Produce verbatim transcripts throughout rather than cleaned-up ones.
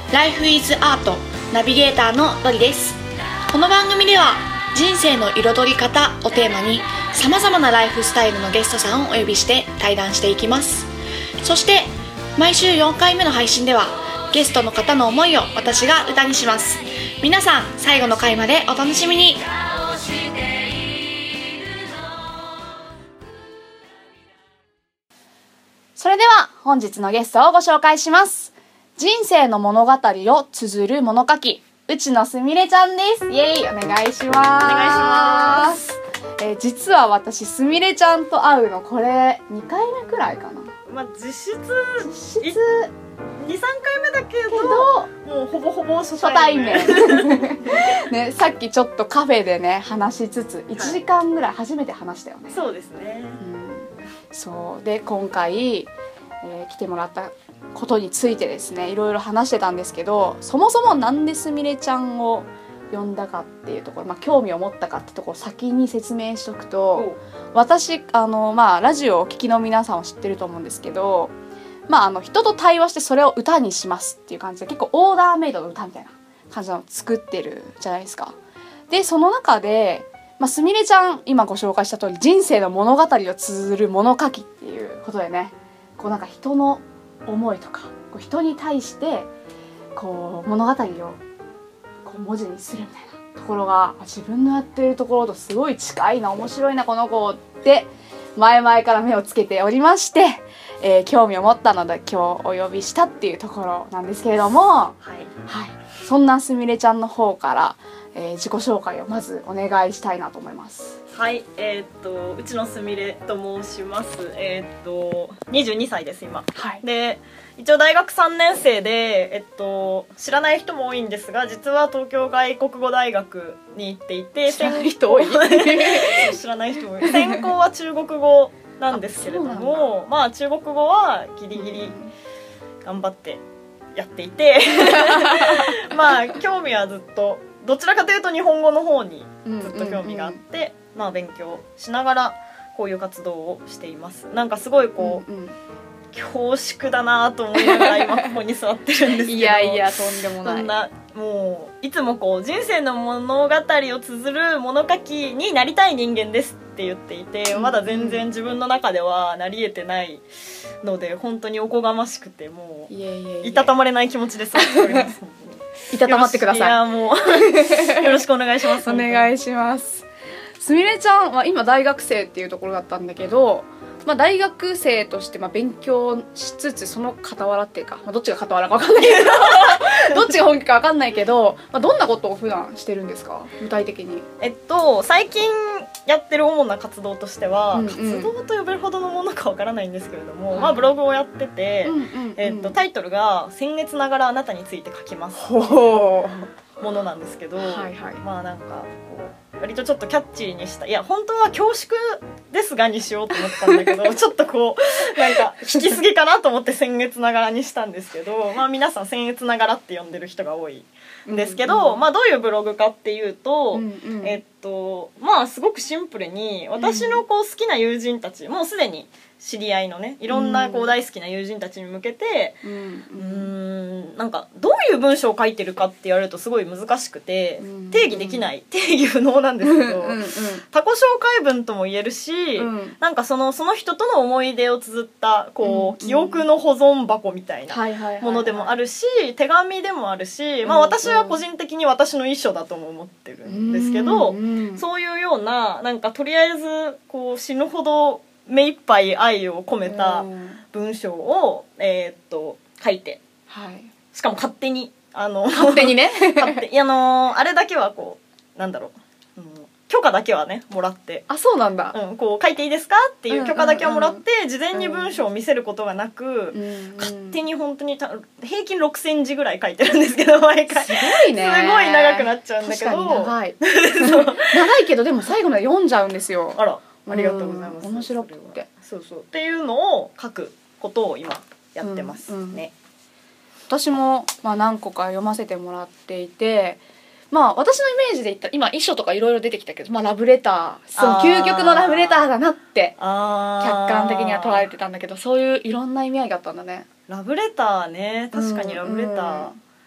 Life is Art ナビゲーターのロリです。この番組では人生の彩り方をテーマにさまざまなライフスタイルのゲストさんをお呼びして対談していきます。そして毎週よんかいめの配信ではゲストの方の思いを私が歌にします。皆さん最後の回までお楽しみに。それでは本日のゲストをご紹介します。人生の物語を綴る物書き、内野すみれちゃんです。イエイ、お願いします。お願いします。えー、実は私すみれちゃんと会うのこれにかいめくらいかな。 まあ実質実質にさんかいめだけど、もうほぼほぼ初対面。 初対面ね、さっきちょっとカフェでね話しつついちじかんぐらい初めて話したよね。 はい、そうですね。 うん、そうで今回、えー、来てもらったことについてですねいろいろ話してたんですけど、そもそもなんですみれちゃんを呼んだかっていうところ、まあ、興味を持ったかってところを先に説明しとくと、私あの、まあ、ラジオをお聞きの皆さんは知ってると思うんですけど、まあ、あの人と対話してそれを歌にしますっていう感じで結構オーダーメイドの歌みたいな感じのを作ってるじゃないですか。でその中で、まあ、すみれちゃん今ご紹介した通り人生の物語を綴る物書きっていうことでね、こうなんか人の思いとかこう人に対してこう物語をこう文字にするみたいなところが自分のやってるところとすごい近いな、面白いなこの子って前々から目をつけておりまして、えー、興味を持ったので今日お呼びしたっていうところなんですけれども、はい、はい、そんなすみれちゃんの方から、えー、自己紹介をまずお願いしたいなと思います。 はい、えー、っと内野すみれと申します。えー、っとにじゅうにさいです今。はい、で一応大学さんねん生で、えっと、知らない人も多いんですが実は東京外国語大学に行っていて、 知らない人多い知らない人多い専攻は中国語なんですけれども、まあ中国語はギリギリ頑張ってやっていてまあ興味はずっとどちらかというと日本語の方にずっと興味があって、うんうんうん、まあ勉強しながらこういう活動をしています。なんかすごいこう、うんうん、恐縮だなと思いながら今ここに座ってるんですけどいやいやとんでもない。 そんなもういつもこう人生の物語を綴る物書きになりたい人間ですって言っていて、まだ全然自分の中ではなり得てないので本当におこがましくてもういたたまれない気持ちで座っておりますいたたまってください。 いやもうよろしくお願いしますお願いします。すみれちゃんは今大学生っていうところだったんだけど、まあ、大学生としてまあ勉強しつつその傍らっていうか、まあ、どっちが傍らか分かんないけどどっちが本気か分かんないけど、まあ、どんなことを普段してるんですか具体的に。 えっと最近やってる主な活動としては、うんうん、活動と呼べるほどのものか分からないんですけれども、はい、まあ、ブログをやってて、うんうんうん、えっと、タイトルが「僭越ながらあなたについて書きます」ものなんですけど、はいはい、まあなんかこう割とちょっとキャッチーにした、いや本当は恐縮ですがにしようと思ったんだけどちょっとこうなんか引きすぎかなと思って僭越ながらにしたんですけど、まあ皆さん僭越ながらって呼んでる人が多いんですけど、うんうん、まあどういうブログかっていうと、うんうん、えっとまあすごくシンプルに私のこう好きな友人たち、もうすでに知り合いのねいろんなこう大好きな友人たちに向けて、うん、うーんなんかどういう文章を書いてるかって言われるとすごい難しくて、うん、定義できない定義不能なんですけど、うんうん、他己紹介文とも言えるし、うん、なんかそのその人との思い出を綴ったこう、うん、記憶の保存箱みたいなものでもあるし、手紙でもあるし、まあ、私は個人的に私の遺書だとも思ってるんですけど、うんうん、そういうようななんかとりあえずこう死ぬほど目いっぱい愛を込めた文章を、えー、っと書いて、はい、しかも勝手にあの勝手にね勝手あのあれだけはこうなんだろう、うん、許可だけはねもらって、 あそうなんだ、 うん、こう書いていいですかっていう許可だけはもらって、うんうんうん、事前に文章を見せることがなく、うん、勝手に本当にた平均ろくセンチぐらい書いてるんですけど毎回すごいね、 すごい長くなっちゃうんだけど、 確かに長いそう長いけどでも最後まで読んじゃうんですよ。 あらありがとうございます。 面白くてそうそうっていうのを書くことを今やってますね、うんうん、 私もまあ何個か読ませてもらっていて、まあ私のイメージで言ったら今遺書とかいろいろ出てきたけど、まあ、ラブレターその究極のラブレターだなって客観的には捉えてたんだけど、そういういろんな意味合いがあったんだね。 ラブレターね、確かにラブレター、うんうん、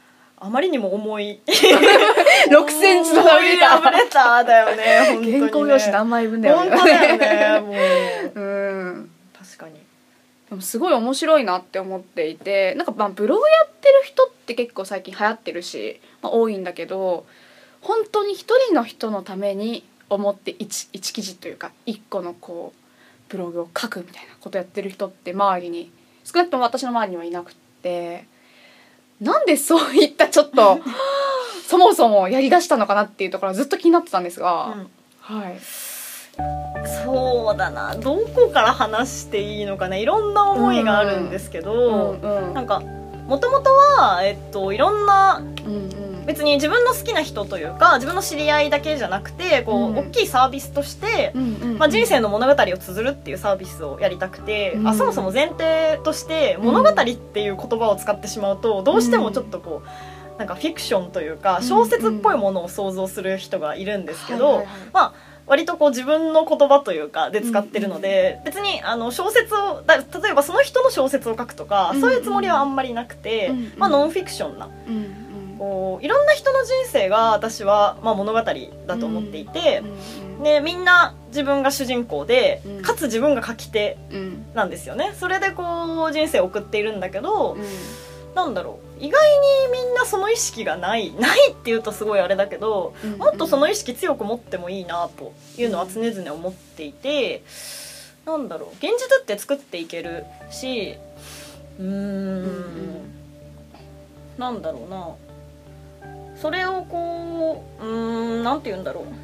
あまりにも重いろくセンチのラブレターラブレターだよね本当にね。 原稿用紙何枚分だよね。 本当だよねもううん確かに。 でもすごい面白いなって思っていて、なんかまあブログやってる人って結構最近流行ってるし、まあ、多いんだけど、本当に一人の人のために思って一一記事というか一個のこうブログを書くみたいなことやってる人って周りに少なくとも私の周りにはいなくて、なんでそういったちょっとそもそもやりだしたのかなっていうところはずっと気になってたんですが、うん、はい。 そうだな、どこから話していいのかね、いろんな思いがあるんですけど、うんうん、なんかもともとは、えっと、いろんな、うんうん、別に自分の好きな人というか自分の知り合いだけじゃなくてこう、うん、大きいサービスとして、うんうんうん、まあ、人生の物語を綴るっていうサービスをやりたくて、うん、あそもそも前提として物語っていう言葉を使ってしまうとどうしてもちょっとこうなんかフィクションというか小説っぽいものを想像する人がいるんですけど、まあ割とこう自分の言葉というかで使ってるので、別にあの小説をだ例えばその人の小説を書くとかそういうつもりはあんまりなくて、まあ、ノンフィクションな、こういろんな人の人生が私はまあ物語だと思っていて、でみんな自分が主人公でかつ自分が書き手なんですよね。それでこう人生を送っているんだけど、なんだろう、意外にみんなその意識がないないっていうとすごいあれだけど、うんうん、もっとその意識強く持ってもいいなというのは常々思っていて、なんだろう、現実って作っていけるし、うーん、うんうん、なんだろうな、それをこう、うーん、なんて言うんだろう、うん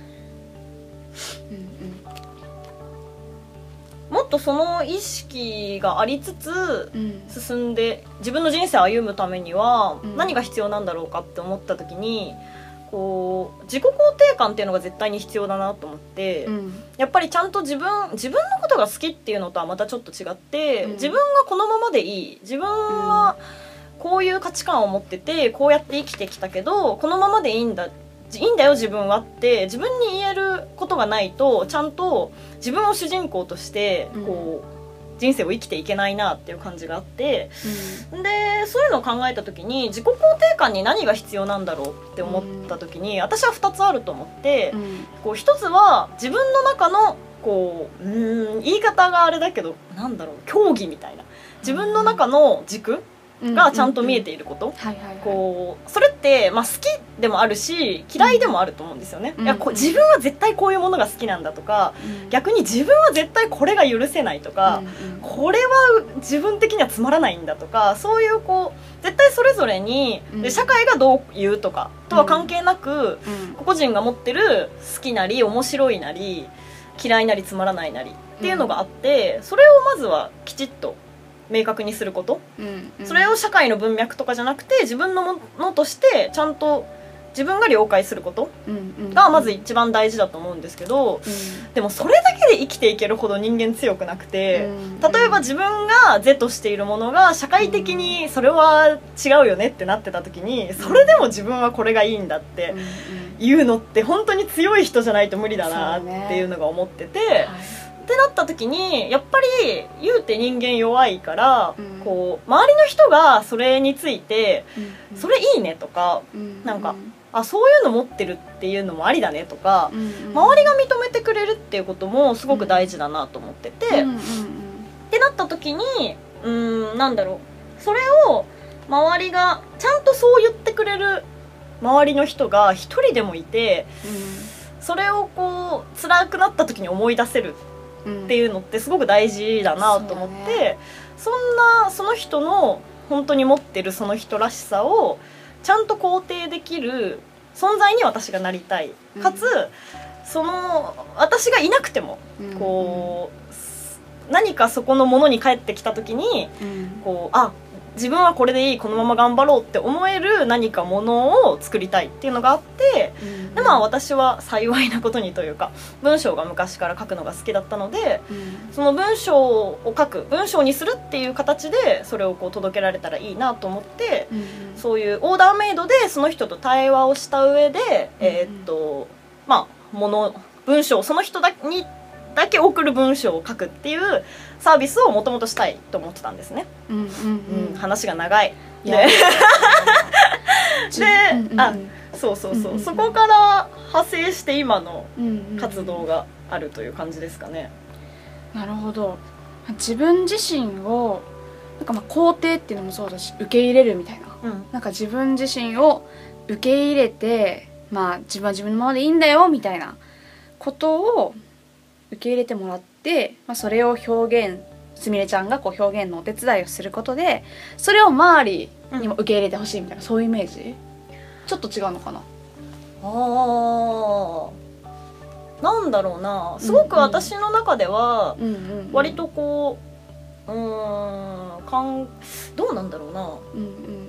うん、もっとその意識がありつつ進んで自分の人生を歩むためには何が必要なんだろうかって思った時に、こう自己肯定感っていうのが絶対に必要だなと思って、うん、やっぱりちゃんと自分自分のことが好きっていうのとはまたちょっと違って、うん、自分がこのままでいい、自分はこういう価値観を持っててこうやって生きてきたけどこのままでいいんだいいんだよ自分はって自分に言えることがないと、ちゃんと自分を主人公としてこう、うん、人生を生きていけないなっていう感じがあって、うん、でそういうのを考えた時に自己肯定感に何が必要なんだろうって思った時に、うん、私はふたつあると思って、うん、こうひとつは自分の中のこう、うーん言い方があれだけどなんだろう、競技みたいな自分の中の軸がちゃんと見えていること、こうそれって、まあ、好きでもあるし嫌いでもあると思うんですよね、うん、いやこ自分は絶対こういうものが好きなんだとか、うん、逆に自分は絶対これが許せないとか、うんうん、これは自分的にはつまらないんだとか、そういうこう絶対それぞれに、うん、で社会がどう言うとかとは関係なく、うん、個々人が持ってる好きなり面白いなり嫌いなりつまらないなりっていうのがあって、うん、それをまずはきちっと明確にすること、うんうん、それを社会の文脈とかじゃなくて自分のものとしてちゃんと自分が了解することがまず一番大事だと思うんですけど、うん、でもそれだけで生きていけるほど人間強くなくて、うん、例えば自分が是としているものが社会的にそれは違うよねってなってた時に、それでも自分はこれがいいんだっていうのって本当に強い人じゃないと無理だなっていうのが思ってて、ってなった時にやっぱり言うて人間弱いから、うん、こう周りの人がそれについて、うん、それいいねとか、うん、なんかあそういうの持ってるっていうのもありだねとか、うん、周りが認めてくれるっていうこともすごく大事だなと思ってて、うん、ってなった時にうーんなんだろう、それを周りがちゃんとそう言ってくれる周りの人が一人でもいて、それをこう辛くなった時に思い出せるっていうのってすごく大事だなと思って、うん そ, ね、そんなその人の本当に持ってるその人らしさをちゃんと肯定できる存在に私がなりたい、かつ、うん、その私がいなくてもこう、うん、何かそこのものに帰ってきた時に、うん、こうあ自分はこれでいい、このまま頑張ろうって思える何かものを作りたいっていうのがあって、うん、でまあ私は幸いなことにというか文章が昔から書くのが好きだったので、うん、その文章を書く文章にするっていう形でそれをこう届けられたらいいなと思って、うん、そういうオーダーメイドでその人と対話をした上で、うん、えー、っとまあもの文章その人だにだけ送る文章を書くっていうサービスをもともとしたいと思ってたんですね、うんうんうんうん、話が長いでで、うんうん、あそうそうそう、うんうん、そこから派生して今の活動があるという感じですかね。 なるほど。自分自身をなんかまあ肯定っていうのもそうだし、受け入れるみたいな、うん、なんか自分自身を受け入れて、まあ自分は自分のままでいいんだよみたいなことを受け入れてもらって、まあ、それを表現、すみれちゃんがこう表現のお手伝いをすることで、それを周りにも受け入れてほしいみたいな、うん、そういうイメージ。ちょっと違うのかな。 あー、なんだろうな、すごく私の中では割とこう、うーん、かんどうなんだろうな、うんうん、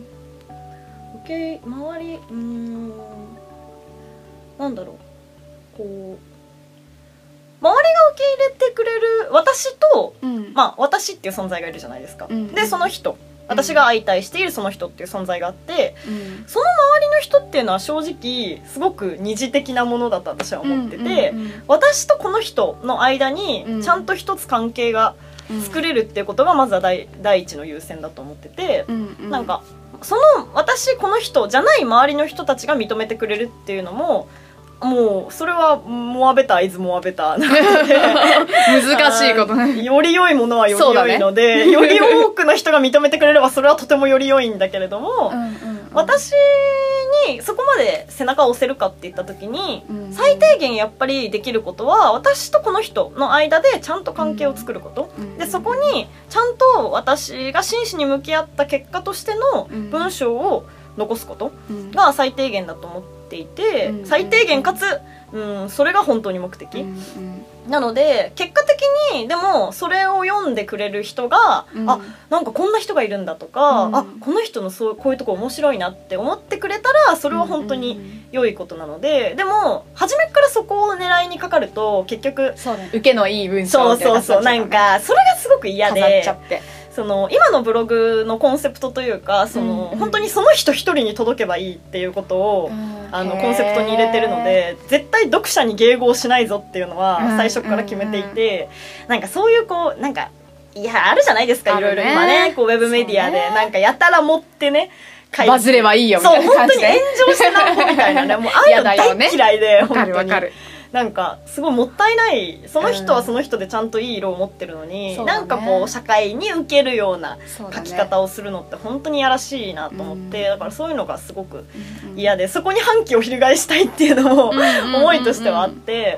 受け周り、うーん、なんだろう、こう周りが受け入れてくれる私と、うん、まあ私っていう存在がいるじゃないですか、うん、でその人、私が相対しているその人っていう存在があって、うん、その周りの人っていうのは正直すごく二次的なものだと私は思ってて、うんうんうん、私とこの人の間にちゃんと一つ関係が作れるっていうことがまずは 第, 第一の優先だと思ってて、うんうん、なんかその私この人じゃない周りの人たちが認めてくれるっていうのも、もうそれはモアベターイズモアベターなので難しいことね。 より良いものはより良いので、ね、より多くの人が認めてくれればそれはとてもより良いんだけれども、うんうんうん、私にそこまで背中を押せるかって言った時に、うん、最低限やっぱりできることは私とこの人の間でちゃんと関係を作ること、うん、でそこにちゃんと私が真摯に向き合った結果としての文章を残すことが最低限だと思っていて、うん、最低限かつ、うん、それが本当に目的、うんうん、なので結果的にでもそれを読んでくれる人が、うん、あ、なんかこんな人がいるんだとか、うん、あ、この人のそうこういうとこ面白いなって思ってくれたらそれは本当に良いことなので、でも初めからそこを狙いにかかると結局そう、ね、受けのいい文章みたいな、そうそうそう、なんかそれがすごく嫌で飾っちゃって、その今のブログのコンセプトというか、その、うん、本当にその人一人に届けばいいっていうことを、うん、あのコンセプトに入れてるので、絶対読者に迎合しないぞっていうのは最初から決めていて、うんうん、なんかそういうこうなんかいやあるじゃないですか、いろいろ今ね、こうウェブメディアでなんかやたら持ってねバズればいいよみたいな感じで、 そう本当に炎上してなんぼみたいなね、もうああいうの大嫌いで、 わかるわかる。 なんかすごいもったいない、その人はその人でちゃんといい色を持ってるのに、うん、なんかこう社会に受けるような書き方をするのって本当にやらしいなと思って、だからそういうのがすごく嫌で、そこに反旗を翻したいっていうのも思いとしてはあって、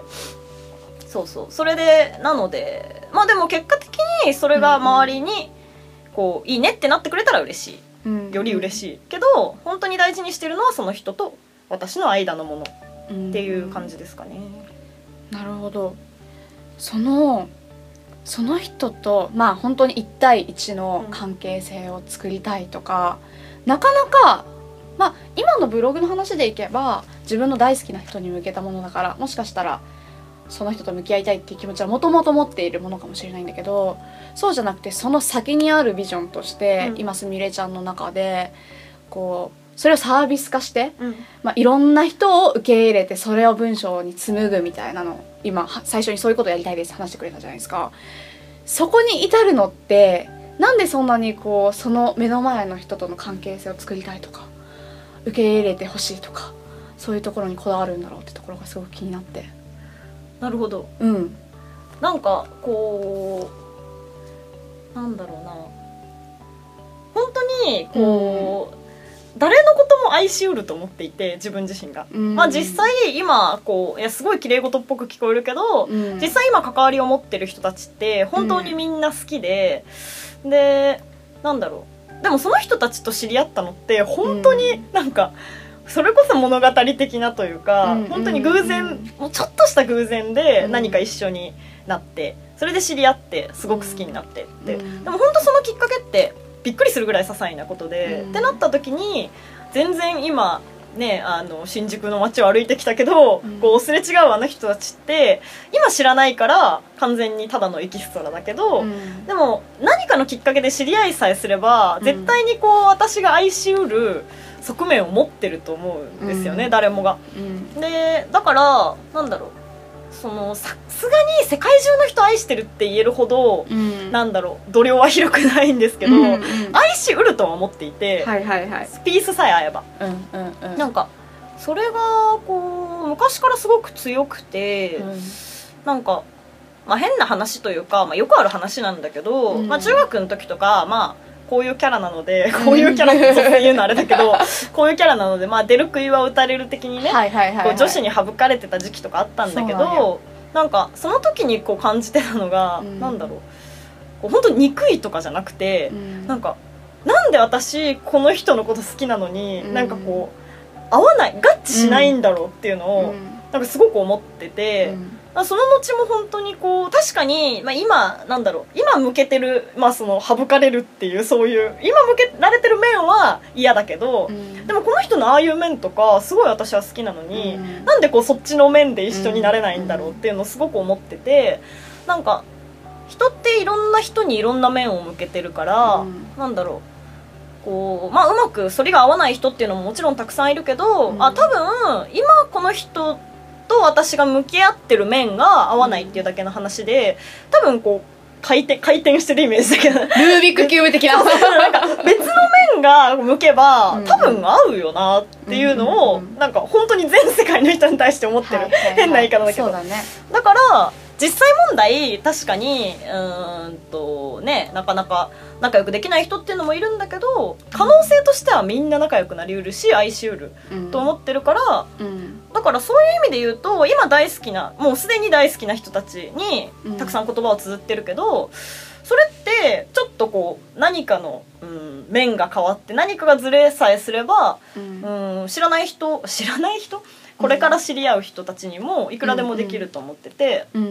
そうそう、それでなのでまあでも結果的にそれが周りにこういいねってなってくれたら嬉しい、より嬉しいけど、本当に大事にしてるのはその人と私の間のものっていう感じですかね。 なるほど。そのその人とまあ本当にいち対いちの関係性を作りたいとか、うん、なかなかまあ今のブログの話でいけば自分の大好きな人に向けたものだから、もしかしたらその人と向き合いたいっていう気持ちはもともと持っているものかもしれないんだけど、そうじゃなくてその先にあるビジョンとして、うん、今すみれちゃんの中でこうそれをサービス化して、うんまあ、いろんな人を受け入れてそれを文章に紡ぐみたいなのを今最初にそういうことをやりたいです話してくれたじゃないですか。そこに至るのってなんでそんなにこうその目の前の人との関係性を作りたいとか受け入れてほしいとか、そういうところにこだわるんだろうってところがすごく気になって。 なるほど。 うん。 なんかこうなんだろうな、本当にこう、うん誰のことも愛しうると思っていて、自分自身が、うんまあ、実際今こういやすごい綺麗事っぽく聞こえるけど、うん、実際今関わりを持ってる人たちって本当にみんな好きで、うん、でなんだろう、でもその人たちと知り合ったのって本当になんか、うん、それこそ物語的なというか、うん、本当に偶然、うん、もうちょっとした偶然で何か一緒になって、それで知り合ってすごく好きになってって、うん、でも本当そのきっかけってびっくりするぐらい些細なことで、うん、ってなった時に全然今ね、あの新宿の街を歩いてきたけど、うん、こうすれ違うあの人たちって今知らないから完全にただのエキストラだけど、うん、でも何かのきっかけで知り合いさえすれば、うん、絶対にこう私が愛しうる側面を持ってると思うんですよね、うん、誰もが、うん、でだからなんだろう、 そのさすがに世界中の人愛してるって言えるほど、うん、なんだろう度量は広くないんですけど、うんうん、愛しうるとは思っていて、はいはいはい、ピースさえ合えば、うんうんうん、なんかそれがこう昔からすごく強くて、うん、なんか、まあ、変な話というか、まあ、よくある話なんだけど、うんまあ、中学の時とかまあこういうキャラなのでこういうキャラって言うのあれだけどこういうキャラなので、まあ、出る杭は打たれる的にね、はいはいはいはい、こう女子に省かれてた時期とかあったんだけど、なんかその時にこう感じてたのが、うん、なんだろうこう本当に憎いとかじゃなくて、うん、なんかなんで私この人のこと好きなのに、うん、なんかこう合わない合致しないんだろうっていうのを、うん、なんかすごく思ってて。うんその後も本当にこう確かに、まあ、今なんだろう今向けてる、まあ、その省かれるっていうそういう今向けられてる面は嫌だけど、うん、でもこの人のああいう面とかすごい私は好きなのに、うん、なんでこうそっちの面で一緒になれないんだろうっていうのをすごく思ってて、なんか人っていろんな人にいろんな面を向けてるから、うん、なんだろうこう、まあ、うまくそれが合わない人っていうのももちろんたくさんいるけど、うん、あ多分今この人と私が向き合ってる面が合わないっていうだけの話で、多分こう回転回転してるイメージだけどルービックキューブ的ななんか別の面が向けば多分合うよなっていうのをなんか本当に全世界の人に対して思ってる、はいはいはい、変な言い方だけど、そうだね、だから実際問題確かにうーんとねなかなか仲良くできない人っていうのもいるんだけど、可能性としてはみんな仲良くなりうるし愛しうると思ってるから、うん、だからそういう意味で言うと今大好きなもうすでに大好きな人たちにたくさん言葉を綴ってるけど、うん、それってちょっとこう何かの、うん、面が変わって何かがずれさえすれば、うん、うん知らない人知らない人これから知り合う人たちにもいくらでもできると思ってて、うんうん、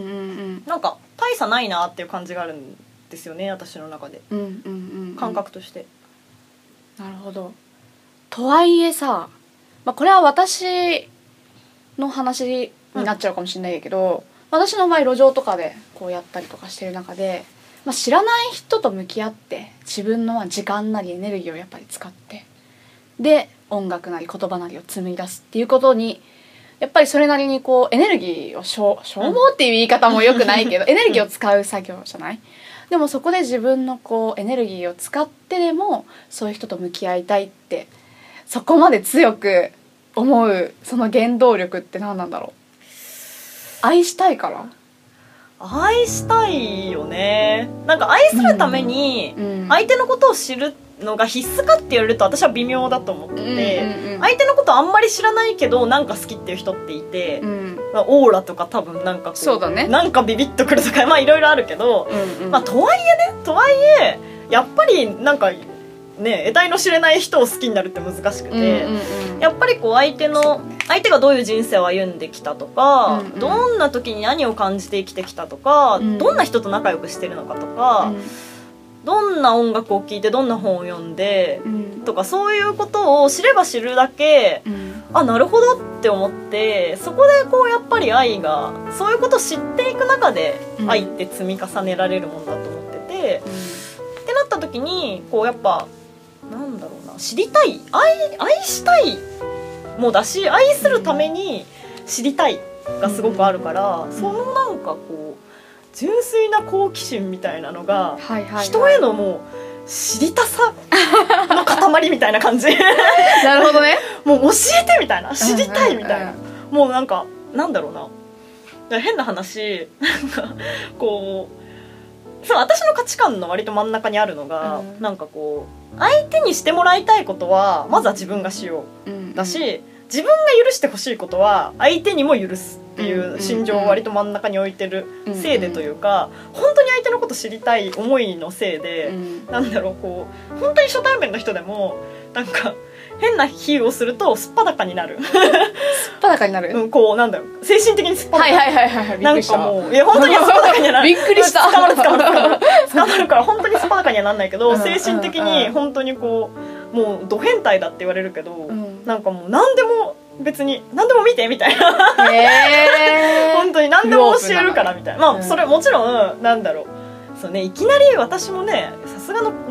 なんか大差ないなっていう感じがあるんですよね私の中で、うんうんうんうん、感覚として。 なるほど。とはいえさ、まあ、これは私の話になっちゃうかもしれないけど、うん、私の場合路上とかでこうやったりとかしてる中で、まあ、知らない人と向き合って自分の時間なりエネルギーをやっぱり使ってで音楽なり言葉なりを紡ぎ出すっていうことにやっぱりそれなりにこうエネルギーを消耗っていう言い方もよくないけど、うん、エネルギーを使う作業じゃない。でもそこで自分のこうエネルギーを使ってでもそういう人と向き合いたいってそこまで強く思うその原動力って何なんだろう。愛したいから。 愛したいよね。なんか愛するために相手のことを知るのが必須かって言われると私は微妙だと思ってて、うんうんうん、相手のことあんまり知らないけどなんか好きっていう人っていて、うんまあ、オーラとか多分なんかこうそうだね、 なんかビビッとくるとかまあいろいろあるけど、うんうんまあ、とはいえねとはいえやっぱりなんかね得体の知れない人を好きになるって難しくて、うんうんうん、やっぱりこう相手の相手がどういう人生を歩んできたとか、うんうん、どんな時に何を感じて生きてきたとか、うん、どんな人と仲良くしてるのかとか、うんどんな音楽を聴いてどんな本を読んで、うん、とかそういうことを知れば知るだけ、うん、あなるほどって思ってそこでこうやっぱり愛がそういうことを知っていく中で愛って積み重ねられるものだと思ってて、うん、ってなった時にこうやっぱなんだろうな知りたい 愛, 愛したいもだし愛するために知りたいがすごくあるから、そのなんかこう純粋な好奇心みたいなのが、はいはいはい、人へのもう知りたさの塊みたいな感じなるほどねもう教えてみたいな知りたいみたいな、うんうんうん、もうなんかなんだろうな変な話なんかこうそう私の価値観の割と真ん中にあるのが、うん、なんかこう相手にしてもらいたいことはまずは自分がしよう、うんうん、だし自分が許してほしいことは相手にも許すっていう心情を割と真ん中に置いてるせいでというか、本当に相手のこと知りたい思いのせいで、なんだろうこう本当に初対面の人でもなんか変な比喩をするとすっぱだかになるすっぱだかになる、 うん、こうなんだろう精神的にすっぱだか、 はいはいはいはい、 なんかもういや本当にすっぱだかにはなるびっくりした捕まる捕まる捕まる捕まるから本当にすっぱだかにはなんないけど精神的に本当にこうもうド変態だって言われるけど、うん、なんかもう何でも別に何でも見てみたいなへ本当に何でも教えるからみたいな、まあそれもちろんなんだろうそうねいきなり私もねさすがのね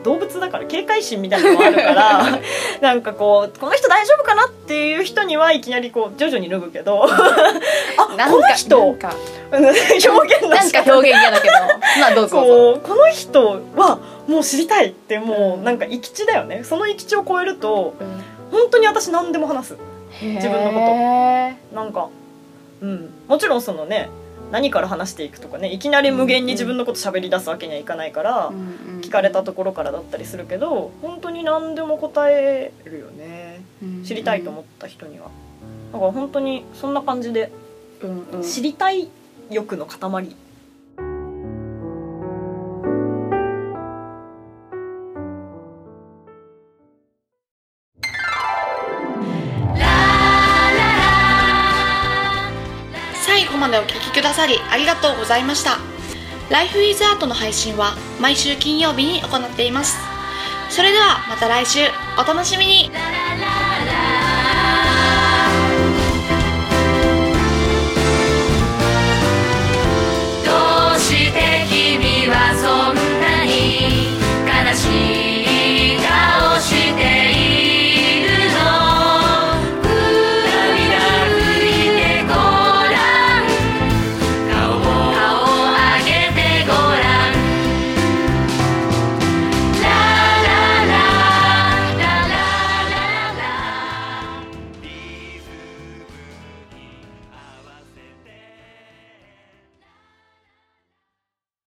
動物だから警戒心みたいなのもあるからなんかこうこの人大丈夫かなっていう人にはいきなりこう徐々に脱ぐけどあこの人なんか表現なんか表現嫌だけどまあどうぞどうぞ。 この人はもう知りたいってもうなんか生き地だよね。その生き地を超えると、うん、本当に私何でも話す自分のことなんか、うん、もちろんそのね何から話していくとかねいきなり無限に自分のこと喋り出すわけにはいかないから、うんうん、聞かれたところからだったりするけど本当に何でも答えるよね、うんうん、知りたいと思った人には。だから本当にそんな感じで、うんうん、知りたい欲の塊。 最後までお聞きくださりありがとうございました。 Life with Art の配信は毎週金曜日に行っています。それではまた来週お楽しみに。